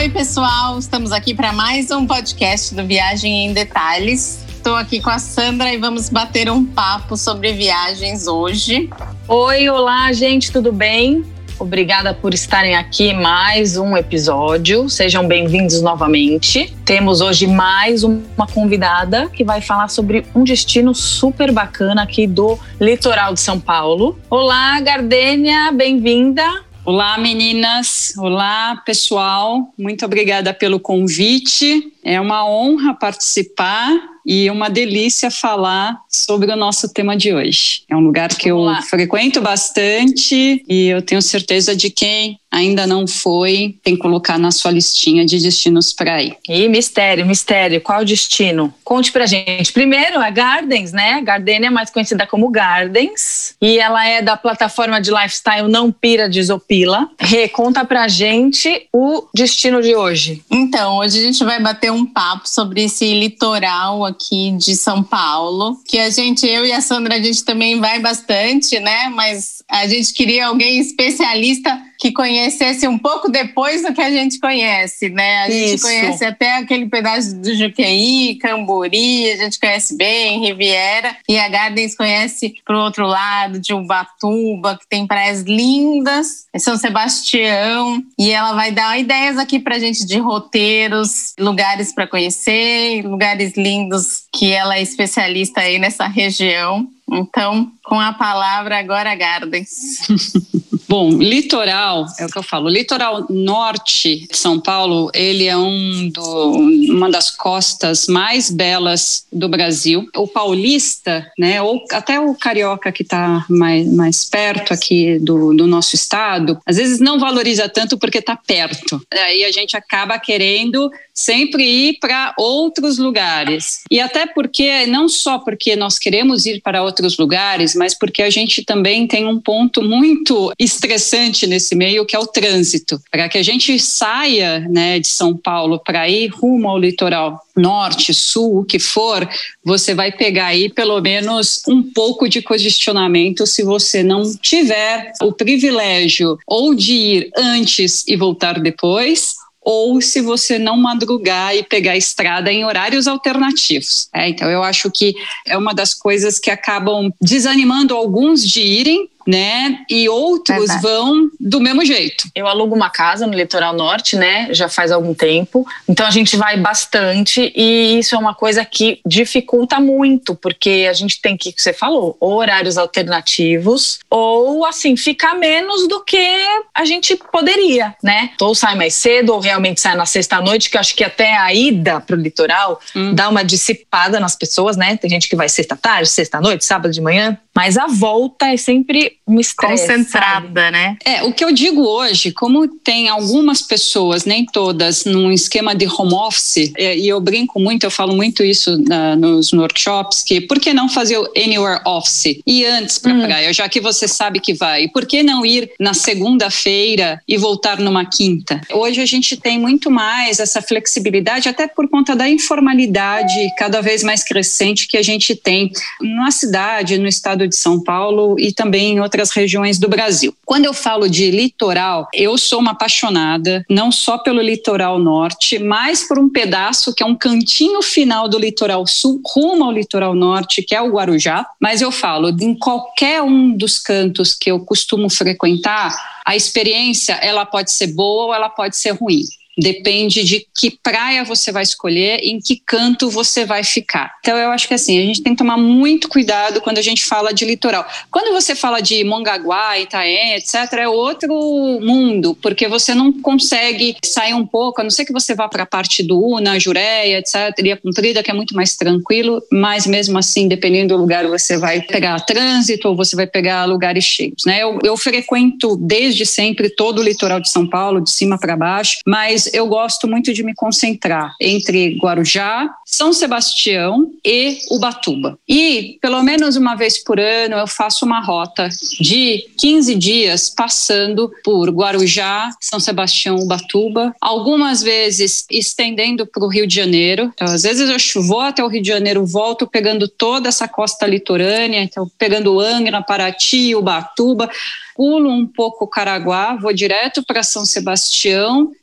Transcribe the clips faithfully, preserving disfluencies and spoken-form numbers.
Oi, pessoal, estamos aqui para mais um podcast do Viagem em Detalhes. Estou aqui com a Sandra e vamos bater um papo sobre viagens hoje. Oi, olá, gente, tudo bem? Obrigada por estarem aqui em mais um episódio. Sejam bem-vindos novamente. Temos hoje mais uma convidada que vai falar sobre um destino super bacana aqui do litoral de São Paulo. Olá, Gardênia, bem-vinda. Olá, meninas. Olá, pessoal. Muito obrigada pelo convite. É uma honra participar e uma delícia falar sobre o nosso tema de hoje. É um lugar que eu frequento bastante e eu tenho certeza de quem ainda não foi, tem que colocar na sua listinha de destinos para ir. E mistério, mistério, qual o destino? Conte pra gente. Primeiro, a Gardens, né? Gardênia é mais conhecida como Gardens e ela é da plataforma de lifestyle Não Pira Desopila. Rê, conta pra gente o destino de hoje. Então, hoje a gente vai bater um papo sobre esse litoral aqui de São Paulo, que a gente, eu e a Sandra, a gente também vai bastante, né? Mas a gente queria alguém especialista que conhecesse um pouco depois do que a gente conhece, né? A gente Isso. conhece até aquele pedaço do Juqueí, Cambori, a gente conhece bem, Riviera, e a Gardens conhece pro outro lado, de Ubatuba, que tem praias lindas, São Sebastião, e ela vai dar ideias aqui pra gente de roteiros, lugares para conhecer, lugares lindos que ela é especialista aí nessa região. Então, com a palavra agora, Gardens. Bom, litoral, é o que eu falo, o litoral norte de São Paulo, ele é um do, uma das costas mais belas do Brasil. O paulista, né, ou até o carioca que está mais, mais perto aqui do, do nosso estado, às vezes não valoriza tanto porque está perto. Aí a gente acaba querendo sempre ir para outros lugares. E até porque, não só porque nós queremos ir para outros lugares, mas porque a gente também tem um ponto muito estressante nesse meio, que é o trânsito. Para que a gente saia, né, de São Paulo para ir rumo ao litoral norte, sul, o que for, você vai pegar aí pelo menos um pouco de congestionamento se você não tiver o privilégio ou de ir antes e voltar depois, ou se você não madrugar e pegar a estrada em horários alternativos. É, então, eu acho que é uma das coisas que acabam desanimando alguns de irem, né? E outros Verdade. Vão do mesmo jeito. Eu alugo uma casa no litoral norte, né? Já faz algum tempo. Então a gente vai bastante e isso é uma coisa que dificulta muito, porque a gente tem que, você falou, horários alternativos ou assim, ficar menos do que a gente poderia, né? Ou sai mais cedo ou realmente sai na sexta-noite, que eu acho que até a ida pro litoral hum. dá uma dissipada nas pessoas, né? Tem gente que vai sexta-tarde, sexta-noite, sábado de manhã. Mas a volta é sempre um estresse, concentrada, sabe? Né? É, o que eu digo hoje, como tem algumas pessoas, nem todas, num esquema de home office, e eu brinco muito, eu falo muito isso na, nos workshops, que por que não fazer o Anywhere Office? Ir antes pra hum. praia, já que você sabe que vai. E por que não ir na segunda-feira e voltar numa quinta? Hoje a gente tem muito mais essa flexibilidade, até por conta da informalidade cada vez mais crescente que a gente tem na cidade, no estado de São Paulo e também em outras regiões do Brasil. Quando eu falo de litoral, eu sou uma apaixonada, não só pelo litoral norte, mas por um pedaço que é um cantinho final do litoral sul, rumo ao litoral norte, que é o Guarujá. Mas eu falo, em qualquer um dos cantos que eu costumo frequentar, a experiência ela pode ser boa ou ela pode ser ruim. Depende de que praia você vai escolher, em que canto você vai ficar. Então eu acho que assim, a gente tem que tomar muito cuidado quando a gente fala de litoral. Quando você fala de Mongaguá, Itaém, etcétera, é outro mundo, porque você não consegue sair um pouco, a não ser que você vá para a parte do Una, Jureia, etcétera, Ilha Comprida, que é muito mais tranquilo, mas mesmo assim, dependendo do lugar, você vai pegar trânsito ou você vai pegar lugares cheios, né? Eu, eu frequento desde sempre todo o litoral de São Paulo, de cima para baixo, mas eu gosto muito de me concentrar entre Guarujá, São Sebastião e Ubatuba. E, pelo menos uma vez por ano, eu faço uma rota de quinze dias passando por Guarujá, São Sebastião, Ubatuba, algumas vezes estendendo para o Rio de Janeiro. Então, às vezes eu vou até o Rio de Janeiro, volto pegando toda essa costa litorânea, então pegando Angra, Paraty, Ubatuba, pulo um pouco o Caraguá, vou direto para São Sebastião, termino no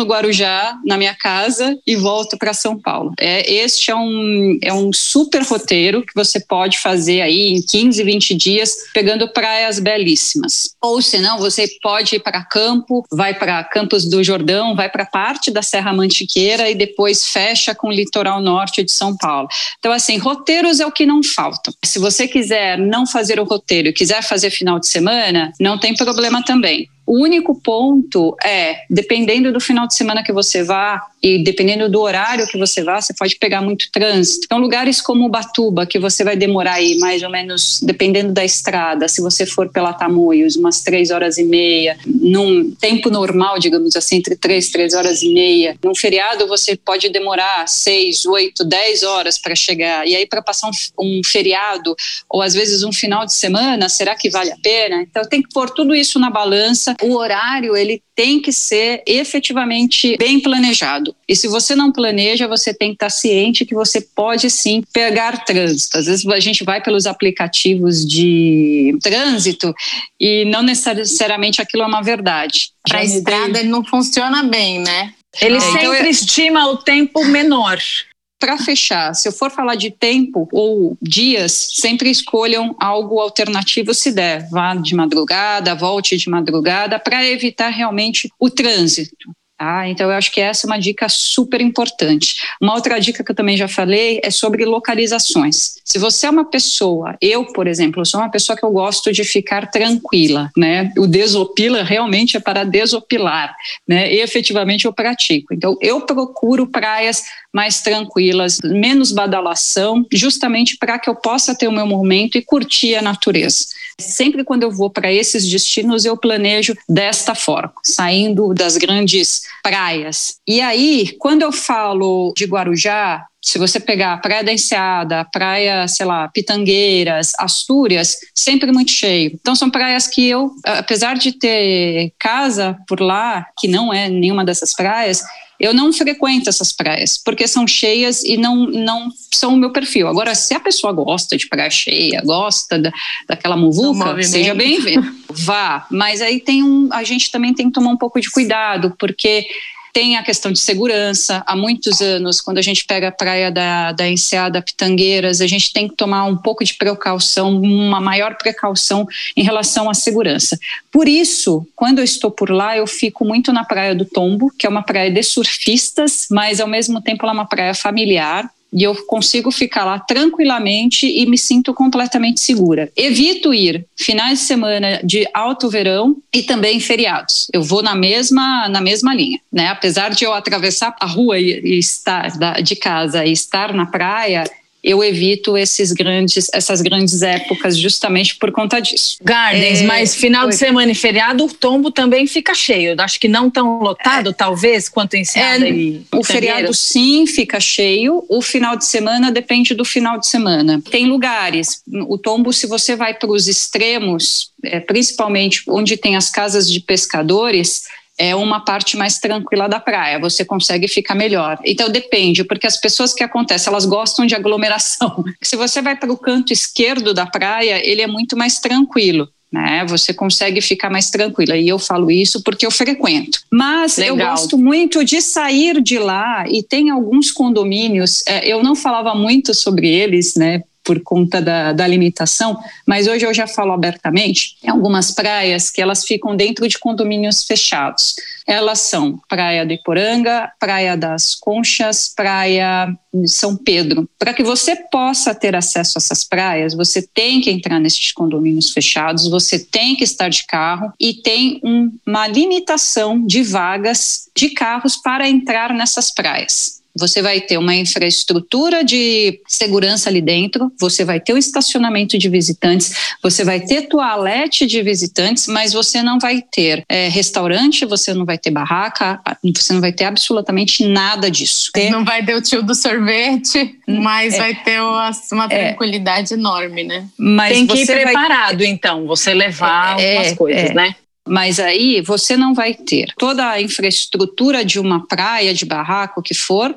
no Guarujá, na minha casa, e volto para São Paulo. É, este é um, é um super roteiro que você pode fazer aí em quinze, vinte dias, pegando praias belíssimas. Ou senão, você pode ir para campo, vai para Campos do Jordão, vai para parte da Serra Mantiqueira e depois fecha com o litoral norte de São Paulo. Então, assim, roteiros é o que não falta. Se você quiser não fazer o roteiro e quiser fazer final de semana, não tem problema também. O único ponto é, dependendo do final de semana que você vá e dependendo do horário que você vá, você pode pegar muito trânsito. Então, lugares como Ubatuba, que você vai demorar aí mais ou menos, dependendo da estrada, se você for pela Tamoios, umas três horas e meia, num tempo normal, digamos assim, entre três, três horas e meia. Num feriado, você pode demorar seis, oito, dez horas para chegar. E aí, para passar um, um feriado, ou às vezes um final de semana, será que vale a pena? Então, tem que pôr tudo isso na balança. O horário, ele tem que ser efetivamente bem planejado. E se você não planeja, você tem que estar ciente que você pode sim pegar trânsito. Às vezes a gente vai pelos aplicativos de trânsito e não necessariamente aquilo é uma verdade. Para a estrada ele não funciona bem, né? Ele é, sempre então eu... estima o tempo menor. Para fechar, se eu for falar de tempo ou dias, sempre escolham algo alternativo se der. Vá de madrugada, volte de madrugada, para evitar realmente o trânsito. Tá? Então, eu acho que essa é uma dica super importante. Uma outra dica que eu também já falei é sobre localizações. Se você é uma pessoa, eu, por exemplo, eu sou uma pessoa que eu gosto de ficar tranquila, né? O desopila realmente é para desopilar, né? E efetivamente eu pratico. Então, eu procuro praias mais tranquilas, menos badalação, justamente para que eu possa ter o meu momento e curtir a natureza. Sempre quando eu vou para esses destinos, eu planejo desta forma, saindo das grandes praias. E aí, quando eu falo de Guarujá, se você pegar a Praia da Enseada, a Praia, sei lá, Pitangueiras, Astúrias, sempre muito cheio. Então são praias que eu, apesar de ter casa por lá, que não é nenhuma dessas praias, eu não frequento essas praias, porque são cheias e não, não são o meu perfil. Agora, se a pessoa gosta de praia cheia, gosta da, daquela muvuca, seja bem-vindo, vá. Mas aí tem um, a gente também tem que tomar um pouco de cuidado, porque tem a questão de segurança. Há muitos anos, quando a gente pega a praia da, da Enseada, Pitangueiras, a gente tem que tomar um pouco de precaução, uma maior precaução em relação à segurança. Por isso, quando eu estou por lá, eu fico muito na Praia do Tombo, que é uma praia de surfistas, mas ao mesmo tempo ela é uma praia familiar. E eu consigo ficar lá tranquilamente e me sinto completamente segura. Evito ir finais de semana de alto verão e também feriados. Eu vou na mesma, na mesma linha, né? Apesar de eu atravessar a rua e, e estar da, de casa e estar na praia, eu evito esses grandes, essas grandes épocas justamente por conta disso. Gardens, é, mas final foi... de semana e feriado, o Tombo também fica cheio. Acho que não tão lotado, é, talvez, quanto Enseada é, e o feriado sim fica cheio, o final de semana depende do final de semana. Tem lugares, o Tombo, se você vai para os extremos, é, principalmente onde tem as casas de pescadores, é uma parte mais tranquila da praia, você consegue ficar melhor. Então depende, porque as pessoas que acontece, elas gostam de aglomeração. Se você vai para o canto esquerdo da praia, ele é muito mais tranquilo, né? Você consegue ficar mais tranquila, e eu falo isso porque eu frequento. Mas Legal. Eu gosto muito de sair de lá, e tem alguns condomínios, é, eu não falava muito sobre eles, né? Por conta da, da limitação, mas hoje eu já falo abertamente. Tem algumas praias que elas ficam dentro de condomínios fechados. Elas são Praia de Iporanga, Praia das Conchas, Praia de São Pedro. Para que você possa ter acesso a essas praias, você tem que entrar nesses condomínios fechados, você tem que estar de carro e tem um, uma limitação de vagas de carros para entrar nessas praias. Você vai ter uma infraestrutura de segurança ali dentro, você vai ter o estacionamento de visitantes, você vai ter toalete de visitantes, mas você não vai ter é, restaurante, você não vai ter barraca, você não vai ter absolutamente nada disso. Não vai ter o tio do sorvete, mas é, vai ter uma, uma tranquilidade é, enorme, né? Mas tem que ir preparado, vai... então, você levar é, algumas coisas, é. né? Mas aí você não vai ter toda a infraestrutura de uma praia, de barraco, o que for,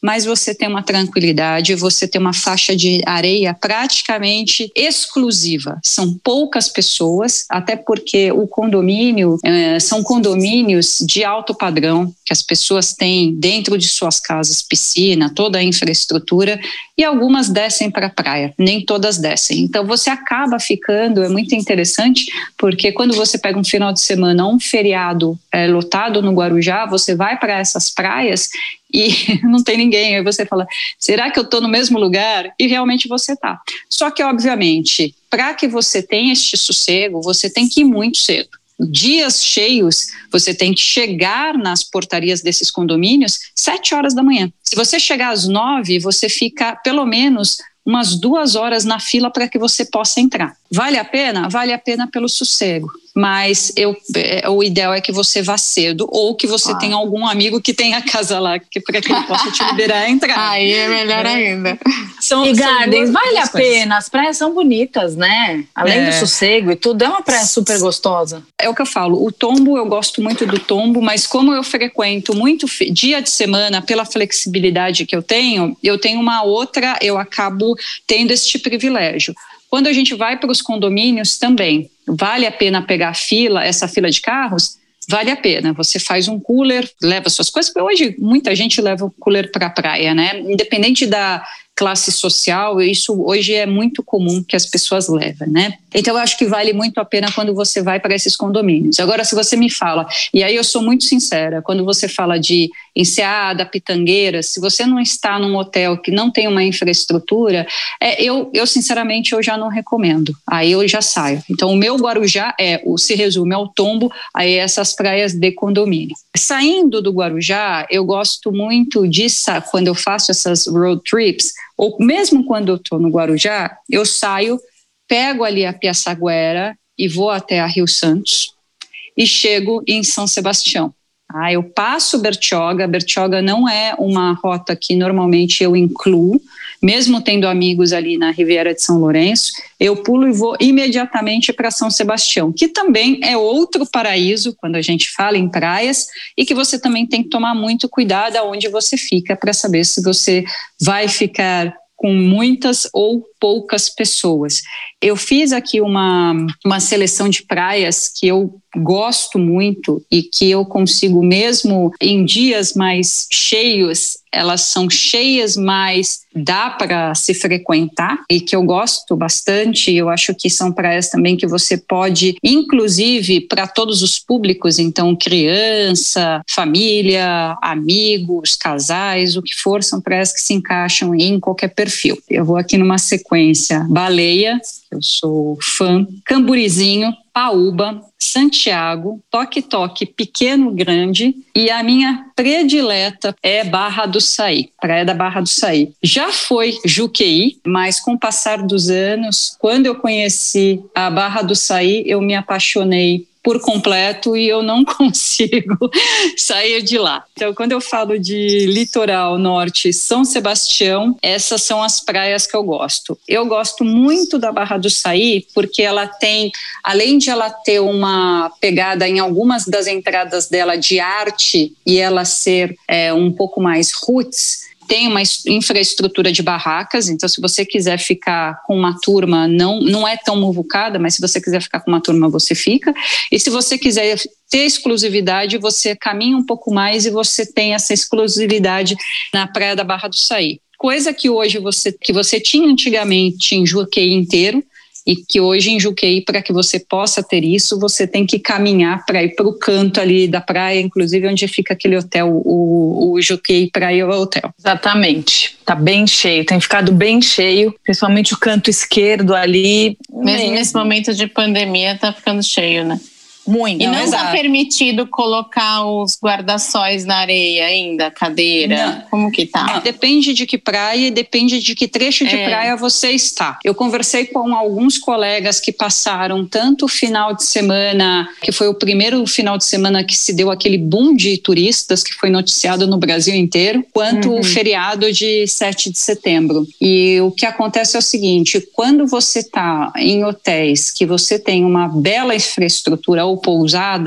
mas você tem uma tranquilidade, você tem uma faixa de areia praticamente exclusiva. São poucas pessoas, até porque o condomínio é, são condomínios de alto padrão, que as pessoas têm dentro de suas casas piscina, toda a infraestrutura, e algumas descem para a praia, nem todas descem. Então você acaba ficando, é muito interessante, porque quando você pega um final de semana, um feriado é, lotado no Guarujá, você vai para essas praias e não tem ninguém, aí você fala, será que eu estou no mesmo lugar? E realmente você está. Só que, obviamente, para que você tenha este sossego, você tem que ir muito cedo. Dias cheios, você tem que chegar nas portarias desses condomínios sete horas da manhã. Se você chegar às nove, você fica pelo menos umas duas horas na fila para que você possa entrar. Vale a pena? Vale a pena pelo sossego. Mas eu, é, o ideal é que você vá cedo ou que você ah. tenha algum amigo que tenha casa lá que, para que ele possa te liberar a entrar. Aí é melhor é. ainda. São, e Gardens, vale a pena, as praias são bonitas, né? Além é. do sossego e tudo, é uma praia super gostosa. É o que eu falo, o tombo, eu gosto muito do tombo, mas como eu frequento muito dia de semana, pela flexibilidade que eu tenho, eu tenho uma outra, eu acabo tendo este privilégio. Quando a gente vai para os condomínios também, vale a pena pegar a fila, essa fila de carros? Vale a pena. Você faz um cooler, leva suas coisas, porque hoje muita gente leva o cooler para a praia, né? Independente da classe social, isso hoje é muito comum que as pessoas levem, né? Então eu acho que vale muito a pena quando você vai para esses condomínios. Agora, se você me fala, e aí eu sou muito sincera, quando você fala de Enseada, Pitangueira, se você não está num hotel que não tem uma infraestrutura, é, eu, eu sinceramente eu já não recomendo, aí eu já saio. Então o meu Guarujá é, se resume ao tombo, aí essas praias de condomínio. Saindo do Guarujá, eu gosto muito disso, quando eu faço essas road trips, ou mesmo quando eu estou no Guarujá, eu saio, pego ali a Piaçaguera e vou até a Rio Santos e chego em São Sebastião. Ah, eu passo Bertioga, Bertioga não é uma rota que normalmente eu incluo, mesmo tendo amigos ali na Riviera de São Lourenço, eu pulo e vou imediatamente para São Sebastião, que também é outro paraíso quando a gente fala em praias e que você também tem que tomar muito cuidado aonde você fica para saber se você vai ficar com muitas ou poucas pessoas. Eu fiz aqui uma, uma seleção de praias que eu gosto muito e que eu consigo mesmo em dias mais cheios, elas são cheias, mas dá para se frequentar e que eu gosto bastante. Eu acho que são praias também que você pode, inclusive para todos os públicos, então criança, família, amigos, casais, o que for, são praias que se encaixam em qualquer perfil. Eu vou aqui numa sequência: Baleia, eu sou fã, Camburizinho, Paúba, Santiago, Toque Toque, Pequeno Grande, e a minha predileta é Barra do Saí, Praia da Barra do Saí. Já foi Juqueí, mas com o passar dos anos, quando eu conheci a Barra do Saí, eu me apaixonei por completo e eu não consigo sair de lá. Então, quando eu falo de litoral norte, São Sebastião, essas são as praias que eu gosto. Eu gosto muito da Barra do Saí porque ela tem, além de ela ter uma pegada em algumas das entradas dela de arte e ela ser é, um pouco mais roots, tem uma infraestrutura de barracas, então se você quiser ficar com uma turma, não, não é tão muvucada, mas se você quiser ficar com uma turma, você fica. E se você quiser ter exclusividade, você caminha um pouco mais e você tem essa exclusividade na Praia da Barra do Saí. Coisa que hoje você, que você tinha antigamente em Juqueí inteiro, e que hoje em Juqueí, para que você possa ter isso, você tem que caminhar para ir para o canto ali da praia, inclusive onde fica aquele hotel, o, o Juqueí Praia Hotel. Exatamente, tá bem cheio, tem ficado bem cheio, principalmente o canto esquerdo ali. Mesmo nesse momento de pandemia tá ficando cheio, né? Muito. E não está permitido colocar os guarda-sóis na areia ainda, cadeira? Não. Como que tá? Não. Depende de que praia e depende de que trecho de é. praia você está. Eu conversei com alguns colegas que passaram tanto o final de semana, que foi o primeiro final de semana que se deu aquele boom de turistas que foi noticiado no Brasil inteiro, quanto uhum. o feriado de sete de setembro. E o que acontece é o seguinte, quando você está em hotéis que você tem uma bela infraestrutura ou pousadas,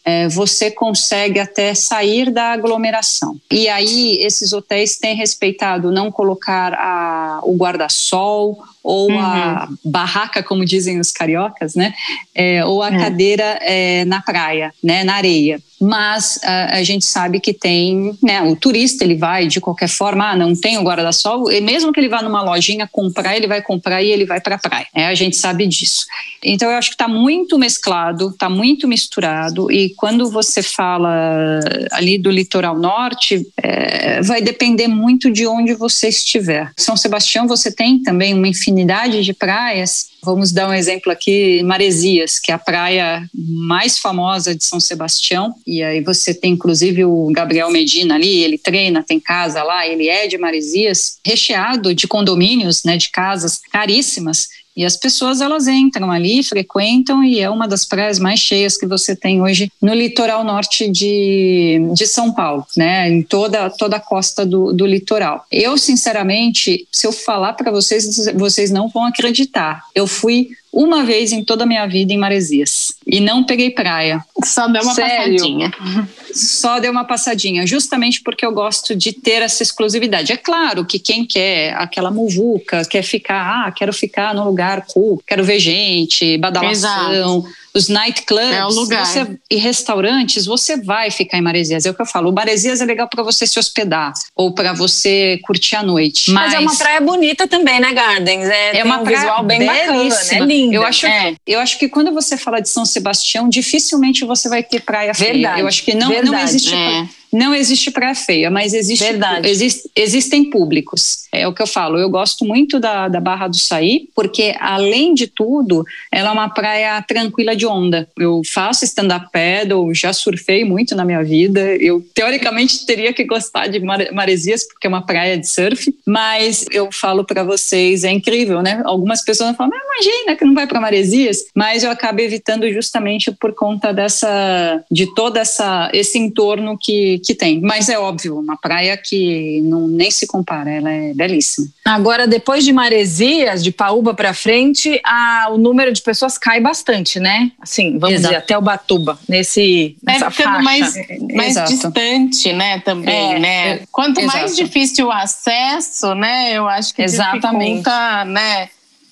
é, você consegue até sair da aglomeração. E aí esses hotéis têm respeitado não colocar a, o guarda-sol ou uhum. a barraca, como dizem os cariocas, né? É, ou a é. cadeira é, na praia, né? Na areia. Mas a, a gente sabe que tem, né? O turista, ele vai de qualquer forma, ah, não tem o guarda-sol, e mesmo que ele vá numa lojinha comprar, ele vai comprar e ele vai para a praia. É, a gente sabe disso. Então eu acho que está muito mesclado, está muito misturado, e quando você fala ali do litoral norte, é, vai depender muito de onde você estiver. São Sebastião, você tem também uma infinidade de praias. Vamos dar um exemplo aqui, Maresias, que é a praia mais famosa de São Sebastião, e aí você tem inclusive o Gabriel Medina ali, ele treina, tem casa lá, ele é de Maresias, recheado de condomínios, né, de casas caríssimas, e as pessoas, elas entram ali, frequentam, e é uma das praias mais cheias que você tem hoje no litoral norte de, de São Paulo, né? Em toda, toda a costa do, do litoral. Eu, sinceramente, se eu falar para vocês, vocês não vão acreditar. Eu fui uma vez em toda a minha vida em Maresias e não peguei praia. Só deu uma Sério, passadinha. Só deu uma passadinha, justamente porque eu gosto de ter essa exclusividade. É claro que quem quer aquela muvuca, quer ficar, ah, quero ficar no lugar cool, quero ver gente, badalação, exato. Os nightclubs é o lugar. Você, e restaurantes, você vai ficar em Maresias. É o que eu falo, o Maresias é legal para você se hospedar ou para você curtir a noite. Mas, Mas é uma praia bonita também, né, Gardens? É, é uma um praia visual bem belíssima, bacana, é linda. Eu acho, é. eu acho que quando você fala de São Sebastião, dificilmente você vai ter praia feia. Verdade. Eu acho que não, Verdade. não existe... É. Não existe praia feia, mas existe, existe, existem públicos. É o que eu falo, eu gosto muito da, da Barra do Saí, porque além de tudo, ela é uma praia tranquila de onda. Eu faço stand-up paddle, já surfei muito na minha vida. Eu, teoricamente, teria que gostar de Maresias, porque é uma praia de surf, mas eu falo para vocês, é incrível, né? Algumas pessoas falam, mas imagina que não vai para Maresias, mas eu acabo evitando justamente por conta dessa, de todo essa, esse entorno que que tem, mas é óbvio, uma praia que não, nem se compara, ela é belíssima. Agora, depois de Maresias, de Paúba para frente, a, o número de pessoas cai bastante, né? Assim, vamos Exato. dizer, até Ubatuba, nesse, nessa é ficando faixa. mais, mais distante, né, também, é, né? É, Quanto exato. mais difícil o acesso, né, eu acho que Exatamente. dificulta, né?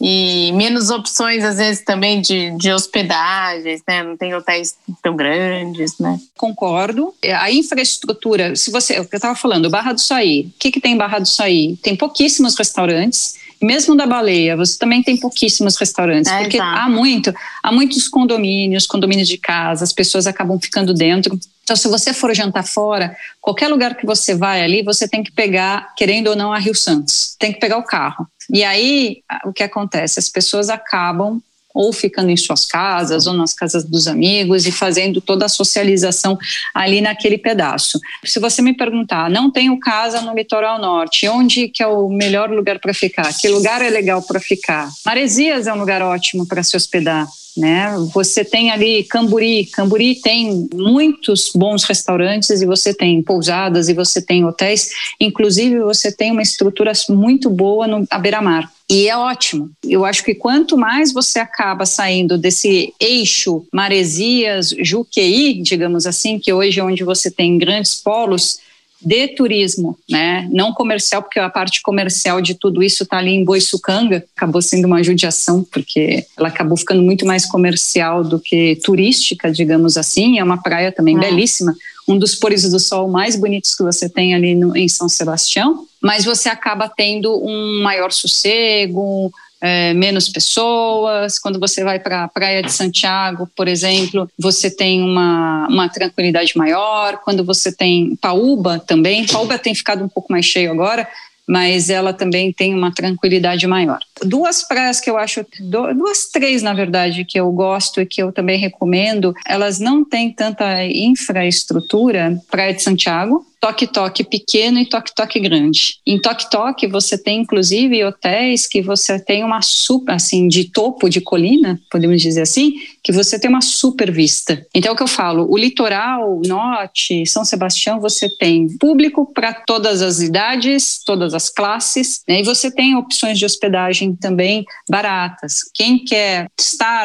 E menos opções, às vezes, também de, de hospedagens, né? Não tem hotéis tão grandes, né? Concordo. A infraestrutura, se você, eu estava falando, Barra do Saí, o que, que tem em Barra do Saí? Tem pouquíssimos restaurantes. Mesmo da Baleia, você também tem pouquíssimos restaurantes, é, porque exato. há muito, há muitos condomínios, condomínios de casa, as pessoas acabam ficando dentro. Então, se você for jantar fora, qualquer lugar que você vai ali, você tem que pegar, querendo ou não, a Rio Santos. Tem que pegar o carro. E aí, o que acontece? As pessoas acabam ou ficando em suas casas, ou nas casas dos amigos, e fazendo toda a socialização ali naquele pedaço. Se você me perguntar, não tenho casa no litoral norte, onde que é o melhor lugar para ficar? Que lugar é legal para ficar? Maresias é um lugar ótimo para se hospedar. Né? Você tem ali Camburi, Camburi tem muitos bons restaurantes e você tem pousadas e você tem hotéis, inclusive você tem uma estrutura muito boa no, à beira-mar. E é ótimo. Eu acho que quanto mais você acaba saindo desse eixo Maresias, Juqueí, digamos assim, que hoje é onde você tem grandes polos de turismo, né? Não comercial, porque a parte comercial de tudo isso está ali em Boiçucanga, acabou sendo uma judiação, porque ela acabou ficando muito mais comercial do que turística, digamos assim. É uma praia também ah. belíssima, um dos pôres do sol mais bonitos que você tem ali no, em São Sebastião, mas você acaba tendo um maior sossego, É, menos pessoas. Quando você vai para a Praia de Santiago, por exemplo, você tem uma, uma tranquilidade maior. Quando você tem Paúba também, Paúba tem ficado um pouco mais cheio agora, mas ela também tem uma tranquilidade maior. Duas praias que eu acho, duas, três na verdade, que eu gosto e que eu também recomendo, elas não têm tanta infraestrutura. Praia de Santiago, Toque-Toque pequeno e Toque-Toque grande. Em Toque-Toque você tem inclusive hotéis que você tem uma super, assim, de topo de colina, podemos dizer assim, que você tem uma super vista. Então é o que eu falo, o litoral norte, São Sebastião, você tem público para todas as idades, todas as classes, né? E você tem opções de hospedagem também baratas. Quem quer estar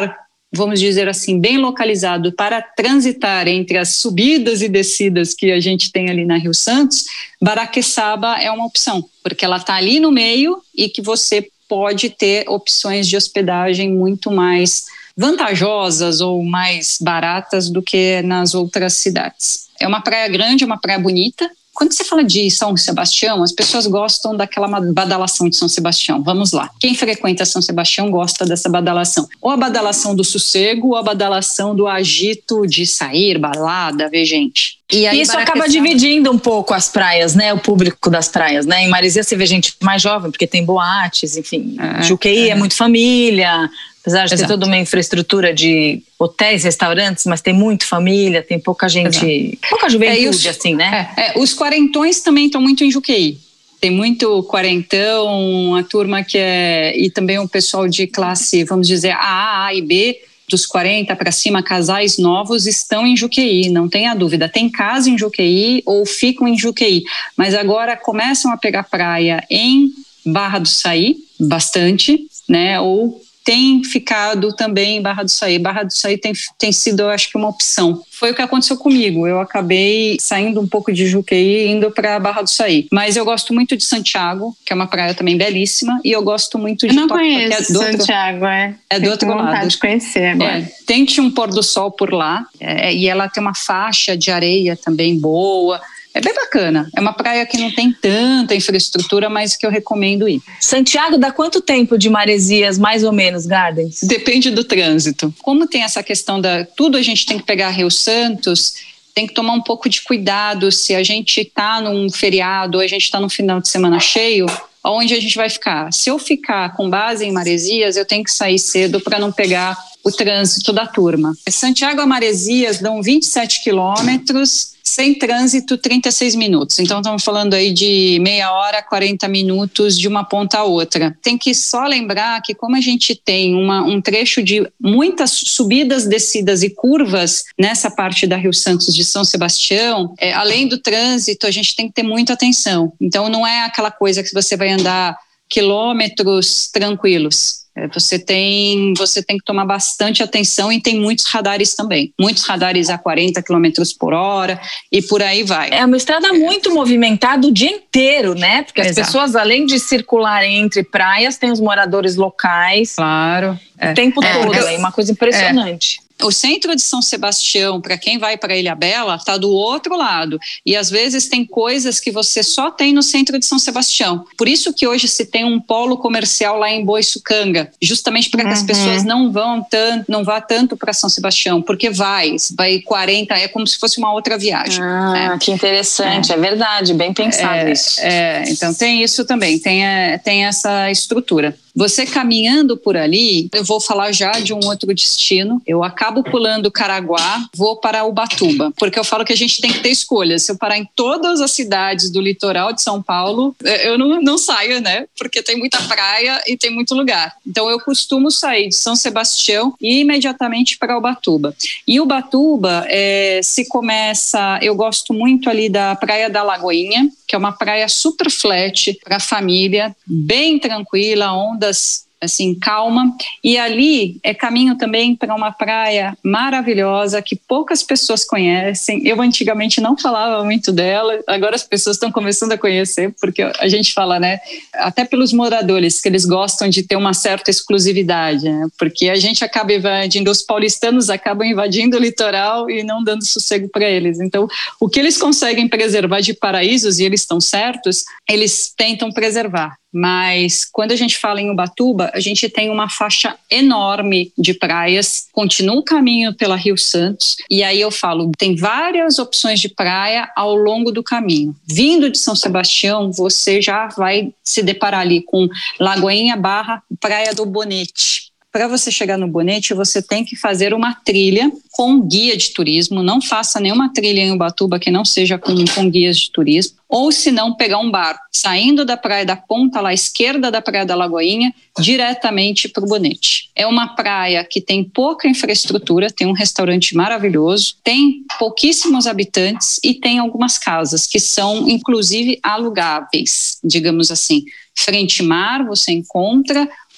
vamos dizer assim, bem localizado para transitar entre as subidas e descidas que a gente tem ali na Rio Santos, Baraqueçaba é uma opção, porque ela está ali no meio e que você pode ter opções de hospedagem muito mais vantajosas ou mais baratas do que nas outras cidades. É uma praia grande, é uma praia bonita. Quando você fala de São Sebastião, as pessoas gostam daquela badalação de São Sebastião. Vamos lá. Quem frequenta São Sebastião gosta dessa badalação. Ou a badalação do sossego, ou a badalação do agito de sair, balada, ver gente. E aí, isso acaba dividindo um pouco as praias, né? O público das praias, né? Em Maresias você vê gente mais jovem, porque tem boates, enfim. É, Juqueí é. é muito família, apesar de Exato. ter toda uma infraestrutura de hotéis, restaurantes, mas tem muito família, tem pouca gente, Exato. pouca juventude, é, os, assim, né? É, é, os quarentões também estão muito em Juqueí. Tem muito quarentão, a turma que é... E também o pessoal de classe, vamos dizer, A, A e B... dos quarenta para cima, casais novos estão em Juqueí, não tenha dúvida. Tem casa em Juqueí ou ficam em Juqueí, mas agora começam a pegar praia em Barra do Saí, bastante, né? Ou tem ficado também em Barra do Saí. Barra do Saí tem, tem sido, eu acho que, uma opção. Foi o que aconteceu comigo. Eu acabei saindo um pouco de Juqueí e indo para Barra do Saí. Mas eu gosto muito de Santiago, que é uma praia também belíssima, e eu gosto muito de... Eu não Toca, conheço é Santiago, é. É do outro lado. vontade de conhecer agora. É, tente um pôr do sol por lá, é, e ela tem uma faixa de areia também boa. É bem bacana. É uma praia que não tem tanta infraestrutura, mas que eu recomendo ir. Santiago, dá quanto tempo de Maresias, mais ou menos, Gardens? Depende do trânsito. Como tem essa questão da... Tudo a gente tem que pegar Rio Santos, tem que tomar um pouco de cuidado se a gente está num feriado ou a gente está num final de semana cheio, onde a gente vai ficar. Se eu ficar com base em Maresias, eu tenho que sair cedo para não pegar o trânsito da turma. Santiago a Maresias dão vinte e sete quilômetros, sem trânsito trinta e seis minutos. Então estamos falando aí de meia hora, quarenta minutos de uma ponta a outra. Tem que só lembrar que como a gente tem uma, um trecho de muitas subidas, descidas e curvas nessa parte da Rio Santos de São Sebastião, é, além do trânsito, a gente tem que ter muita atenção. Então não é aquela coisa que você vai andar quilômetros tranquilos. É, você tem, você tem que tomar bastante atenção e tem muitos radares também. Muitos radares a quarenta quilômetros por hora e por aí vai. É uma estrada é. muito movimentada o dia inteiro, né? Porque Exato. as pessoas, além de circularem entre praias, tem os moradores locais. Claro. É. O tempo é. todo, é uma coisa impressionante. É. O centro de São Sebastião, para quem vai para Ilhabela, está do outro lado. E às vezes tem coisas que você só tem no centro de São Sebastião. Por isso que hoje se tem um polo comercial lá em Boiçucanga, justamente para que uhum. as pessoas não vão tanto, não vá tanto para São Sebastião, porque vai, vai quarenta, é como se fosse uma outra viagem. Ah, né? Que interessante, é. é verdade, bem pensado é, isso. É, então tem isso também, tem, tem essa estrutura. Você caminhando por ali, eu vou falar já de um outro destino. Eu acabo pulando Caraguá, vou para Ubatuba, porque eu falo que a gente tem que ter escolha. Se eu parar em todas as cidades do litoral de São Paulo, eu não, não saio, né? Porque tem muita praia e tem muito lugar. Então eu costumo sair de São Sebastião e imediatamente para Ubatuba. E Ubatuba é, se começa, eu gosto muito ali da Praia da Lagoinha, que é uma praia super flat para a família, bem tranquila, ondas assim, calma, e ali é caminho também para uma praia maravilhosa que poucas pessoas conhecem. Eu antigamente não falava muito dela, agora as pessoas estão começando a conhecer, porque a gente fala, né, até pelos moradores, que eles gostam de ter uma certa exclusividade, né, porque a gente acaba invadindo, os paulistanos acabam invadindo o litoral e não dando sossego para eles. Então, o que eles conseguem preservar de paraísos, e eles estão certos, eles tentam preservar. Mas quando a gente fala em Ubatuba, a gente tem uma faixa enorme de praias, continua o caminho pela Rio Santos, e aí eu falo, tem várias opções de praia ao longo do caminho. Vindo de São Sebastião, você já vai se deparar ali com Lagoinha barra Praia do Bonete. Para você chegar no Bonete, você tem que fazer uma trilha com guia de turismo. Não faça nenhuma trilha em Ubatuba que não seja com, com guias de turismo. Ou se não, pegar um barco, saindo da Praia da Ponta, lá à esquerda da Praia da Lagoinha, diretamente para o Bonete. É uma praia que tem pouca infraestrutura, tem um restaurante maravilhoso, tem pouquíssimos habitantes e tem algumas casas que são, inclusive, alugáveis, digamos assim. Frente mar, você encontra...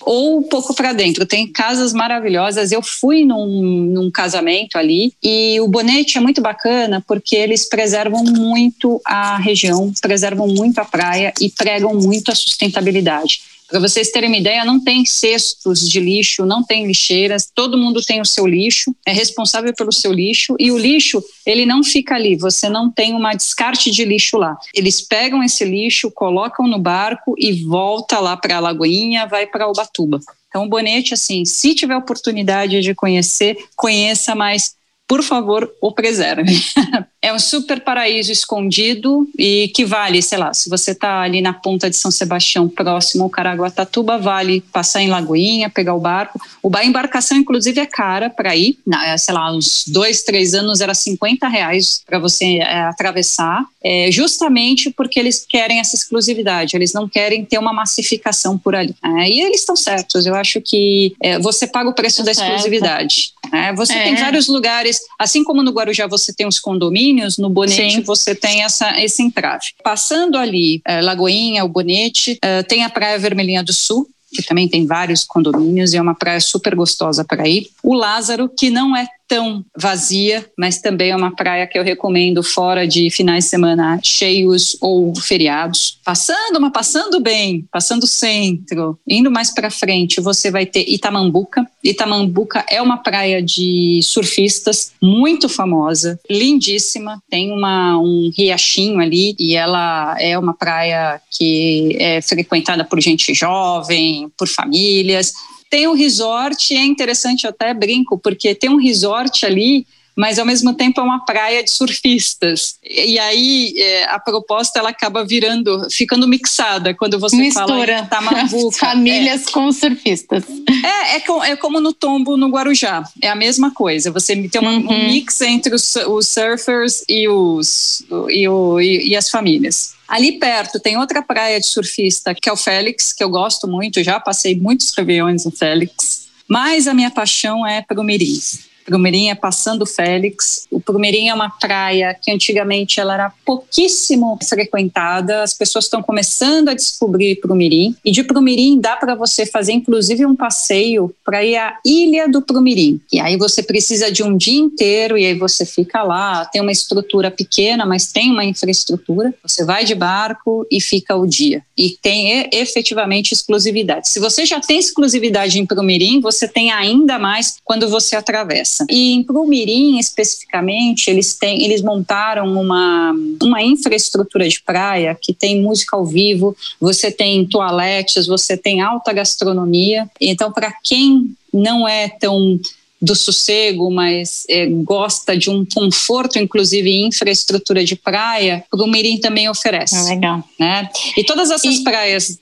ou um pouco para dentro. Tem casas maravilhosas. Eu fui num, num casamento ali e o Bonete é muito bacana porque eles preservam muito a região, preservam muito a praia e pregam muito a sustentabilidade. Para vocês terem uma ideia, não tem cestos de lixo, não tem lixeiras, todo mundo tem o seu lixo, é responsável pelo seu lixo e o lixo, ele não fica ali, você não tem uma descarte de lixo lá. Eles pegam esse lixo, colocam no barco e volta lá para a Lagoinha, vai para Ubatuba. Então o Bonete, assim, se tiver oportunidade de conhecer, conheça, mas por favor, o preserve. É um super paraíso escondido e que vale, sei lá, se você está ali na ponta de São Sebastião, próximo ao Caraguatatuba, vale passar em Lagoinha, pegar o barco. O a embarcação, inclusive, é cara para ir. Na, sei lá, uns dois, três anos era cinquenta reais para você é, atravessar, é, justamente porque eles querem essa exclusividade, eles não querem ter uma massificação por ali. É, e eles estão certos, eu acho que é, você paga o preço tá da exclusividade. É, você é. tem vários lugares, assim como no Guarujá você tem os condomínios, no Bonete Sim. você tem essa, esse entrave. Passando ali, é, Lagoinha, o Bonete, é, tem a Praia Vermelhinha do Sul, que também tem vários condomínios e é uma praia super gostosa para ir. O Lázaro, que não é tão vazia, mas também é uma praia que eu recomendo fora de finais de semana cheios ou feriados. Passando, mas passando bem, passando centro, indo mais para frente, você vai ter Itamambuca. Itamambuca é uma praia de surfistas muito famosa, lindíssima, tem uma, um riachinho ali e ela é uma praia que é frequentada por gente jovem, por famílias. Tem um resort, é interessante, eu até brinco, porque tem um resort ali, mas ao mesmo tempo é uma praia de surfistas. E aí é, a proposta ela acaba virando, ficando mixada quando você Mistura. fala em Itamambuca. Famílias é. com surfistas. É, é, com, é como no Tombo, no Guarujá. É a mesma coisa. Você tem uma, uhum. um mix entre os, os surfers e, os, e, o, e, e as famílias. Ali perto tem outra praia de surfista, que é o Félix, que eu gosto muito, já passei muitos réveillons no Félix, mas a minha paixão é para o Mirim. Prumirim é passando Félix. O Prumirim é uma praia que antigamente ela era pouquíssimo frequentada, as pessoas estão começando a descobrir Prumirim, e de Prumirim dá para você fazer inclusive um passeio para ir à Ilha do Prumirim, e aí você precisa de um dia inteiro e aí você fica lá, tem uma estrutura pequena, mas tem uma infraestrutura, você vai de barco e fica o dia, e tem efetivamente exclusividade. Se você já tem exclusividade em Prumirim, você tem ainda mais quando você atravessa. E em Prumirim, especificamente, eles, têm, eles montaram uma, uma infraestrutura de praia que tem música ao vivo, você tem toaletes, você tem alta gastronomia. Então, para quem não é tão do sossego, mas é, gosta de um conforto, inclusive em infraestrutura de praia, Prumirim também oferece. Ah, legal. Né? E todas essas e... praias,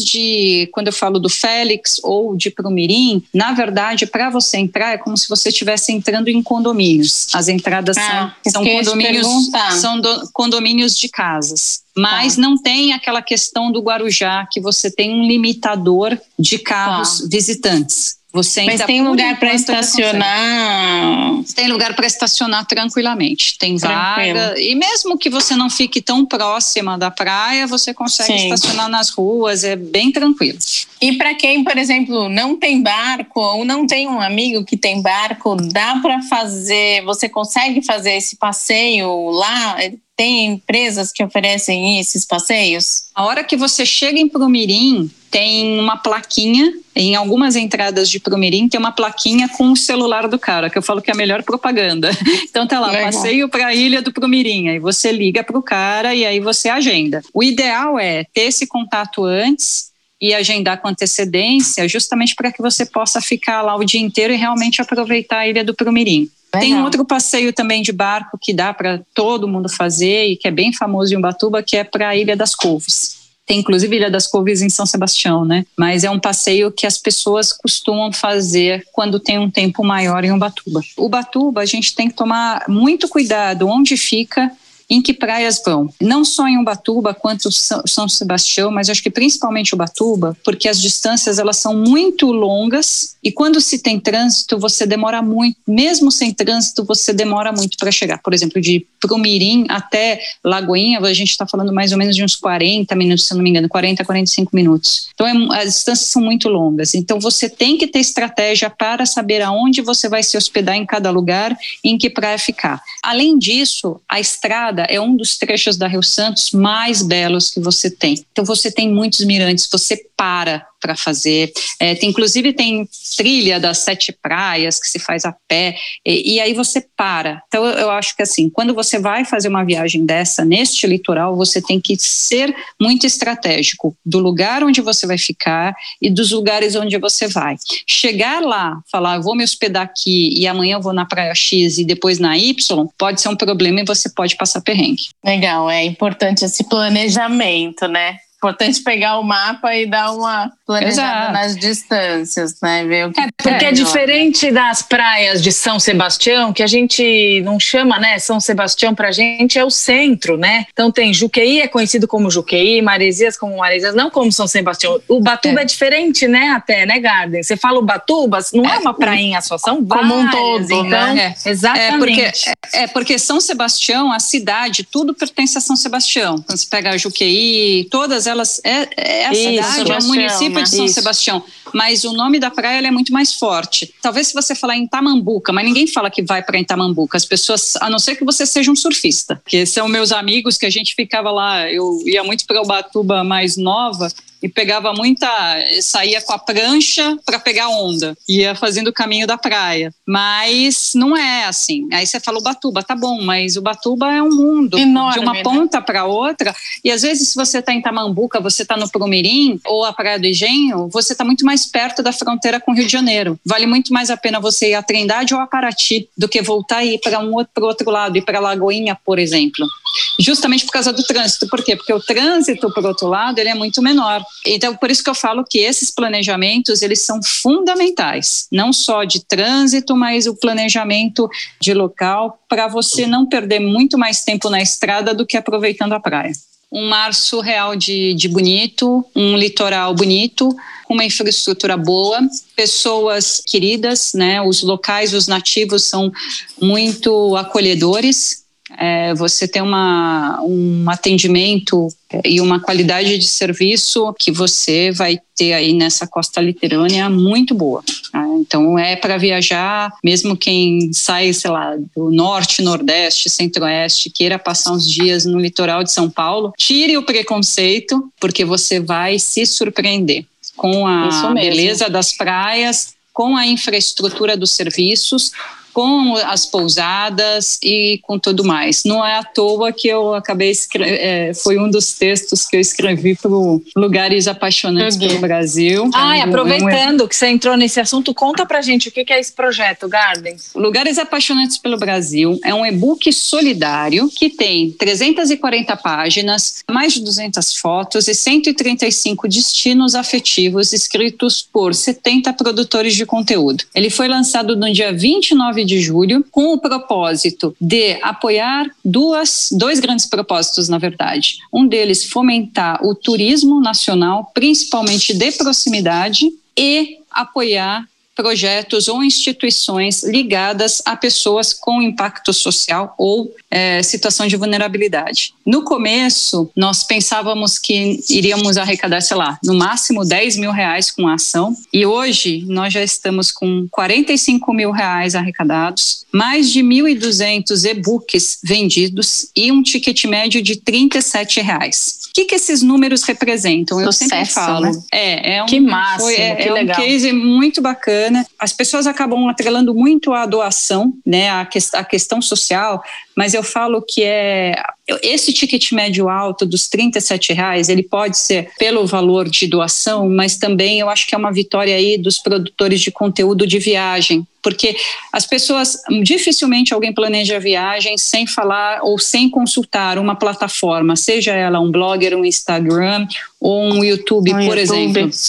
desde quando eu falo do Félix ou de Prumirim, na verdade, para você entrar é como se você estivesse entrando em condomínios. As entradas ah, são, são condomínios, são do, condomínios de casas. Mas tá. não tem aquela questão do Guarujá, que você tem um limitador de carros tá. visitantes. Você Mas tem lugar para estacionar? Tem lugar para estacionar tranquilamente. Tem vaga. E mesmo que você não fique tão próxima da praia, você consegue Sim. estacionar nas ruas. É bem tranquilo. E para quem, por exemplo, não tem barco ou não tem um amigo que tem barco, dá para fazer, você consegue fazer esse passeio lá? Tem empresas que oferecem esses passeios? A hora que você chega em Prumirim, tem uma plaquinha, em algumas entradas de Prumirim, tem uma plaquinha com o celular do cara, que eu falo que é a melhor propaganda. Então tá lá, Legal. passeio para a Ilha do Prumirim, aí você liga pro cara e aí você agenda. O ideal é ter esse contato antes e agendar com antecedência, justamente para que você possa ficar lá o dia inteiro e realmente aproveitar a Ilha do Prumirim. Legal. Tem um outro passeio também de barco que dá para todo mundo fazer e que é bem famoso em Ubatuba, que é para a Ilha das Couves. Tem inclusive Ilha das Couves em São Sebastião, né? Mas é um passeio que as pessoas costumam fazer quando tem um tempo maior em Ubatuba. Ubatuba, a gente tem que tomar muito cuidado onde fica em que praias vão. Não só em Ubatuba, quanto São Sebastião, mas acho que principalmente Ubatuba, porque as distâncias elas são muito longas e quando se tem trânsito, você demora muito, mesmo sem trânsito, você demora muito para chegar. Por exemplo, de Prumirim até Lagoinha, a gente está falando mais ou menos de uns quarenta minutos, se não me engano, quarenta, quarenta e cinco minutos. Então, é, as distâncias são muito longas. Então, você tem que ter estratégia para saber aonde você vai se hospedar em cada lugar e em que praia ficar. Além disso, a estrada é um dos trechos da Rio Santos mais belos que você tem. Então, você tem muitos mirantes, você para para fazer. É, tem, inclusive tem trilha das sete praias que se faz a pé e, e aí você para. Então eu, eu acho que assim, quando você vai fazer uma viagem dessa neste litoral, você tem que ser muito estratégico do lugar onde você vai ficar e dos lugares onde você vai. Chegar lá, falar, vou me hospedar aqui e amanhã eu vou na praia X e depois na Y, pode ser um problema e você pode passar perrengue. Legal, é importante esse planejamento, né? Importante pegar o mapa e dar uma planejada Exato. nas distâncias, né? Ver o que é, porque é, é diferente das praias de São Sebastião, que a gente não chama, né? São Sebastião pra gente é o centro, né? Então tem Juqueí, é conhecido como Juqueí, Maresias como Maresias, não como São Sebastião. Ubatuba é, é diferente, né? Até, né, Garden? Você fala Ubatuba, não é, é uma prainha só, são várias, como um todo, então, né? É, exatamente. É porque, é, é porque São Sebastião, a cidade, tudo pertence a São Sebastião. Então você pega a Juqueí, todas elas é, é a Isso, cidade, é o município de São Isso. Sebastião, mas o nome da praia ela é muito mais forte. Talvez se você falar em Tamambuca, mas ninguém fala que vai para Tamambuca, as pessoas, a não ser que você seja um surfista, que são meus amigos que a gente ficava lá, eu ia muito para Ubatuba mais nova e pegava muita, saía com a prancha para pegar onda, ia fazendo o caminho da praia, mas não é assim. Aí você fala Ubatuba, tá bom, mas Ubatuba é um mundo enorme, de uma né? ponta para outra, e às vezes se você tá em Tamambuca, você tá no Prumirim ou a Praia do Engenho, você tá muito mais perto da fronteira com o Rio de Janeiro. Vale muito mais a pena você ir a Trindade ou a Paraty do que voltar e ir para um outro, pro outro lado, ir para Lagoinha, por exemplo. Justamente por causa do trânsito. Por quê? Porque o trânsito, por outro lado, ele é muito menor. Então, por isso que eu falo que esses planejamentos, eles são fundamentais. Não só de trânsito, mas o planejamento de local para você não perder muito mais tempo na estrada do que aproveitando a praia. Um mar surreal de, de bonito, um litoral bonito, uma infraestrutura boa, pessoas queridas, né? Os locais, os nativos são muito acolhedores. É, você tem uma, um atendimento e uma qualidade de serviço que você vai ter aí nessa costa litorânea muito boa. Tá? Então é para viajar, mesmo quem sai, sei lá, do norte, nordeste, centro-oeste, queira passar uns dias no litoral de São Paulo, tire o preconceito, porque você vai se surpreender com a beleza das praias, com a infraestrutura dos serviços, com as pousadas e com tudo mais. Não é à toa que eu acabei escrevendo, é, foi um dos textos que eu escrevi para o Lugares Apaixonantes pelo Brasil. Ah, e aproveitando um... que você entrou nesse assunto, conta pra gente o que é esse projeto, Garden. Lugares Apaixonantes pelo Brasil é um e-book solidário que tem trezentas e quarenta páginas, mais de duzentas fotos e cento e trinta e cinco destinos afetivos escritos por setenta produtores de conteúdo. Ele foi lançado no dia vinte e nove de julho, com o propósito de apoiar duas, dois grandes propósitos, na verdade. Um deles, fomentar o turismo nacional, principalmente de proximidade, e apoiar projetos ou instituições ligadas a pessoas com impacto social ou é, situação de vulnerabilidade. No começo, nós pensávamos que iríamos arrecadar, sei lá, no máximo dez mil reais com a ação, e hoje nós já estamos com quarenta e cinco mil reais arrecadados, mais de mil e duzentos e-books vendidos e um ticket médio de trinta e sete reais. O que, que esses números representam? Eu Sucesso, sempre falo. Né? É, é um, que máximo, foi, é, que é legal. um case muito bacana. As pessoas acabam atrelando muito a doação, né, a, que, a questão social, mas eu falo que é esse ticket médio alto dos trinta e sete reais, ele pode ser pelo valor de doação, mas também eu acho que é uma vitória aí dos produtores de conteúdo de viagem, porque as pessoas, dificilmente alguém planeja a viagem sem falar ou sem consultar uma plataforma, seja ela um blogger, um Instagram ou um YouTube, um por YouTube. exemplo.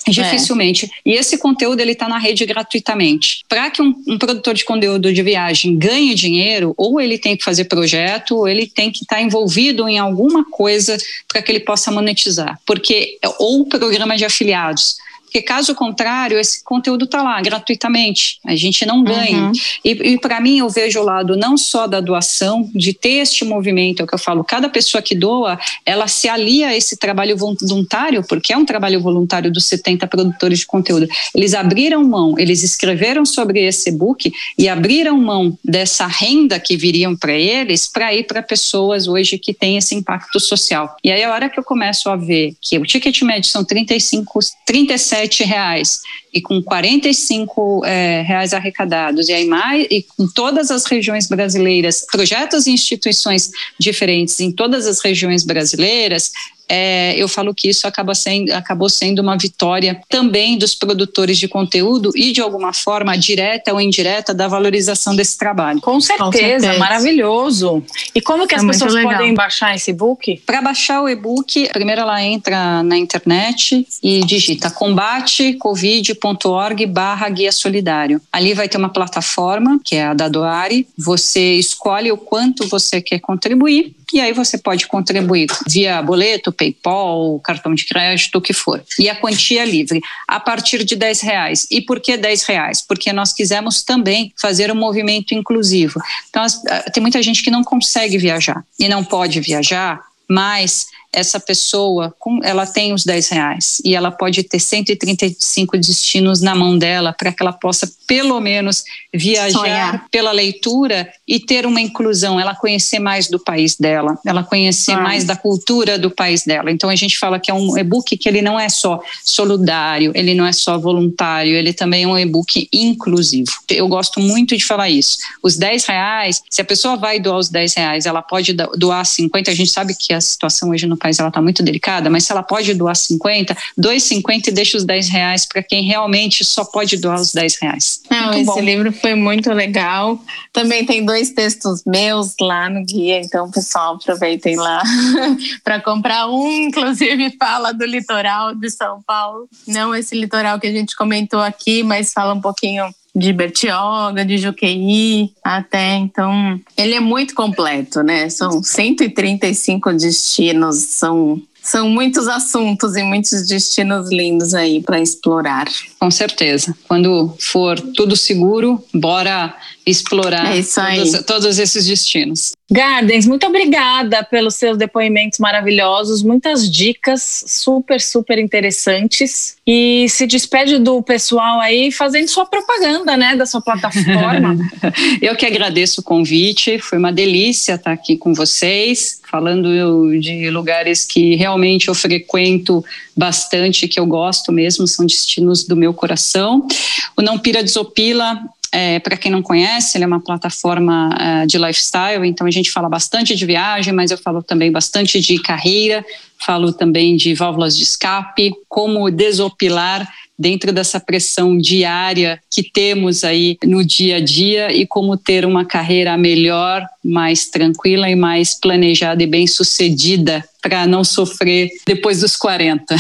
Dificilmente. É. E esse conteúdo ele está na rede gratuitamente. Para que um, um produtor de conteúdo de viagem ganhe dinheiro, ou ele tem que fazer projeto, ou ele tem que estar tá envolvido em alguma coisa para que ele possa monetizar. Porque, ou programa de afiliados. Porque caso contrário, esse conteúdo está lá gratuitamente, a gente não ganha. Uhum. E, e para mim eu vejo o lado não só da doação, de ter este movimento, é o que eu falo, cada pessoa que doa, ela se alia a esse trabalho voluntário, porque é um trabalho voluntário dos setenta produtores de conteúdo. Eles abriram mão, eles escreveram sobre esse e-book e abriram mão dessa renda que viriam para eles, para ir para pessoas hoje que têm esse impacto social. E aí a hora que eu começo a ver que o ticket médio são trinta e cinco, trinta e sete reais e com quarenta e cinco é, reais arrecadados e aí mais e com todas as regiões brasileiras, projetos e instituições diferentes em todas as regiões brasileiras, é, eu falo que isso acaba sendo, acabou sendo uma vitória também dos produtores de conteúdo e de alguma forma direta ou indireta da valorização desse trabalho. Com certeza, Com certeza. Maravilhoso. E como que é as pessoas podem baixar esse e-book? Para baixar o e-book, primeiro ela entra na internet e digita combate covid ponto org barra guia solidário. Ali vai ter uma plataforma, que é a da Doare, você escolhe o quanto você quer contribuir e aí você pode contribuir via boleto, PayPal, cartão de crédito, o que for. E a quantia é livre, a partir de dez reais. E por que dez reais? Porque nós quisemos também fazer um movimento inclusivo. Então, tem muita gente que não consegue viajar e não pode viajar, mas essa pessoa, ela tem os dez reais e ela pode ter cento e trinta e cinco destinos na mão dela para que ela possa pelo menos viajar Sonhar. Pela leitura e ter uma inclusão, ela conhecer mais do país dela, ela conhecer ah. mais da cultura do país dela. Então a gente fala que é um e-book que ele não é só solidário, ele não é só voluntário, ele também é um e-book inclusivo. Eu gosto muito de falar isso. Os dez reais, se a pessoa vai doar os dez reais, ela pode doar cinquenta, a gente sabe que a situação hoje no país ela está muito delicada, mas se ela pode doar cinquenta, doe cinquenta e deixa os dez reais para quem realmente só pode doar os dez reais. Não, muito esse bom. Livro foi muito legal. Também tem dois textos meus lá no guia, então pessoal, aproveitem lá para comprar. Um, inclusive, fala do litoral de São Paulo, não esse litoral que a gente comentou aqui, mas fala um pouquinho de Bertioga, de Juqueí até, então ele é muito completo, né? São cento e trinta e cinco destinos, são, são muitos assuntos e muitos destinos lindos aí para explorar. Com certeza, quando for tudo seguro, bora explorar é isso aí. Todos, todos esses destinos. Gardens, muito obrigada pelos seus depoimentos maravilhosos, muitas dicas super, super interessantes. E se despede do pessoal aí fazendo sua propaganda, né, da sua plataforma. Eu que agradeço o convite, foi uma delícia estar aqui com vocês, falando eu de lugares que realmente eu frequento bastante, que eu gosto mesmo, são destinos do meu coração. O Não Pira Desopila, É, para quem não conhece, ele é uma plataforma uh, de lifestyle, então a gente fala bastante de viagem, mas eu falo também bastante de carreira, falo também de válvulas de escape, como desopilar dentro dessa pressão diária que temos aí no dia a dia e como ter uma carreira melhor, mais tranquila e mais planejada e bem sucedida para não sofrer depois dos quarenta.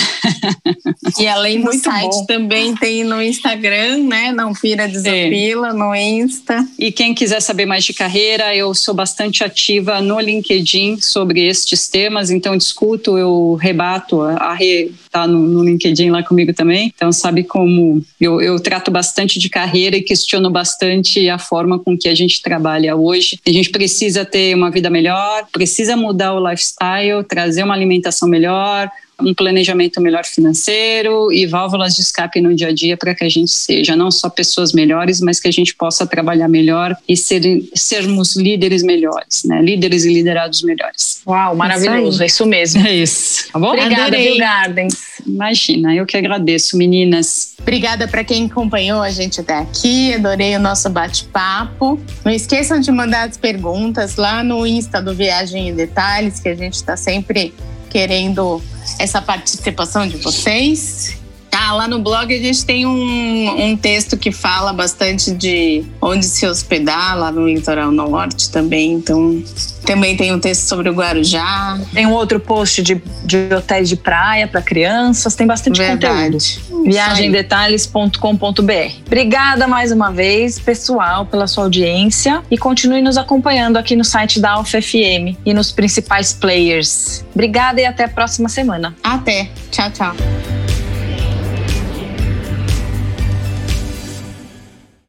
E além do site, bom. Também tem no Instagram, né? Não Pira Desopila, é. No Insta. E quem quiser saber mais de carreira, eu sou bastante ativa no LinkedIn sobre estes temas, então discuto, eu rebato, a Rê está no, no LinkedIn lá comigo também, então sabe como eu, eu trato bastante de carreira e questiono bastante a forma com que a gente trabalha hoje. A gente precisa ter uma vida melhor, precisa mudar o lifestyle, trazer uma alimentação melhor, um planejamento melhor financeiro e válvulas de escape no dia a dia para que a gente seja não só pessoas melhores, mas que a gente possa trabalhar melhor e ser, sermos líderes melhores, né? Líderes e liderados melhores. Uau, maravilhoso, é isso mesmo. É isso. Tá bom? Obrigada, viu, Gardens? Imagina, eu que agradeço, meninas. Obrigada para quem acompanhou a gente até aqui, adorei o nosso bate-papo. Não esqueçam de mandar as perguntas lá no Insta do Viagem em Detalhes, que a gente está sempre querendo essa participação de vocês. Ah, lá no blog a gente tem um, um texto que fala bastante de onde se hospedar, lá no litoral norte também. Então, também tem um texto sobre o Guarujá. Tem um outro post de, de hotéis de praia para crianças. Tem bastante Verdade. conteúdo. viagem detalhes ponto com ponto b r. Obrigada mais uma vez, pessoal, pela sua audiência. E continue nos acompanhando aqui no site da Alfa F M e nos principais players. Obrigada e até a próxima semana. Até. Tchau, tchau.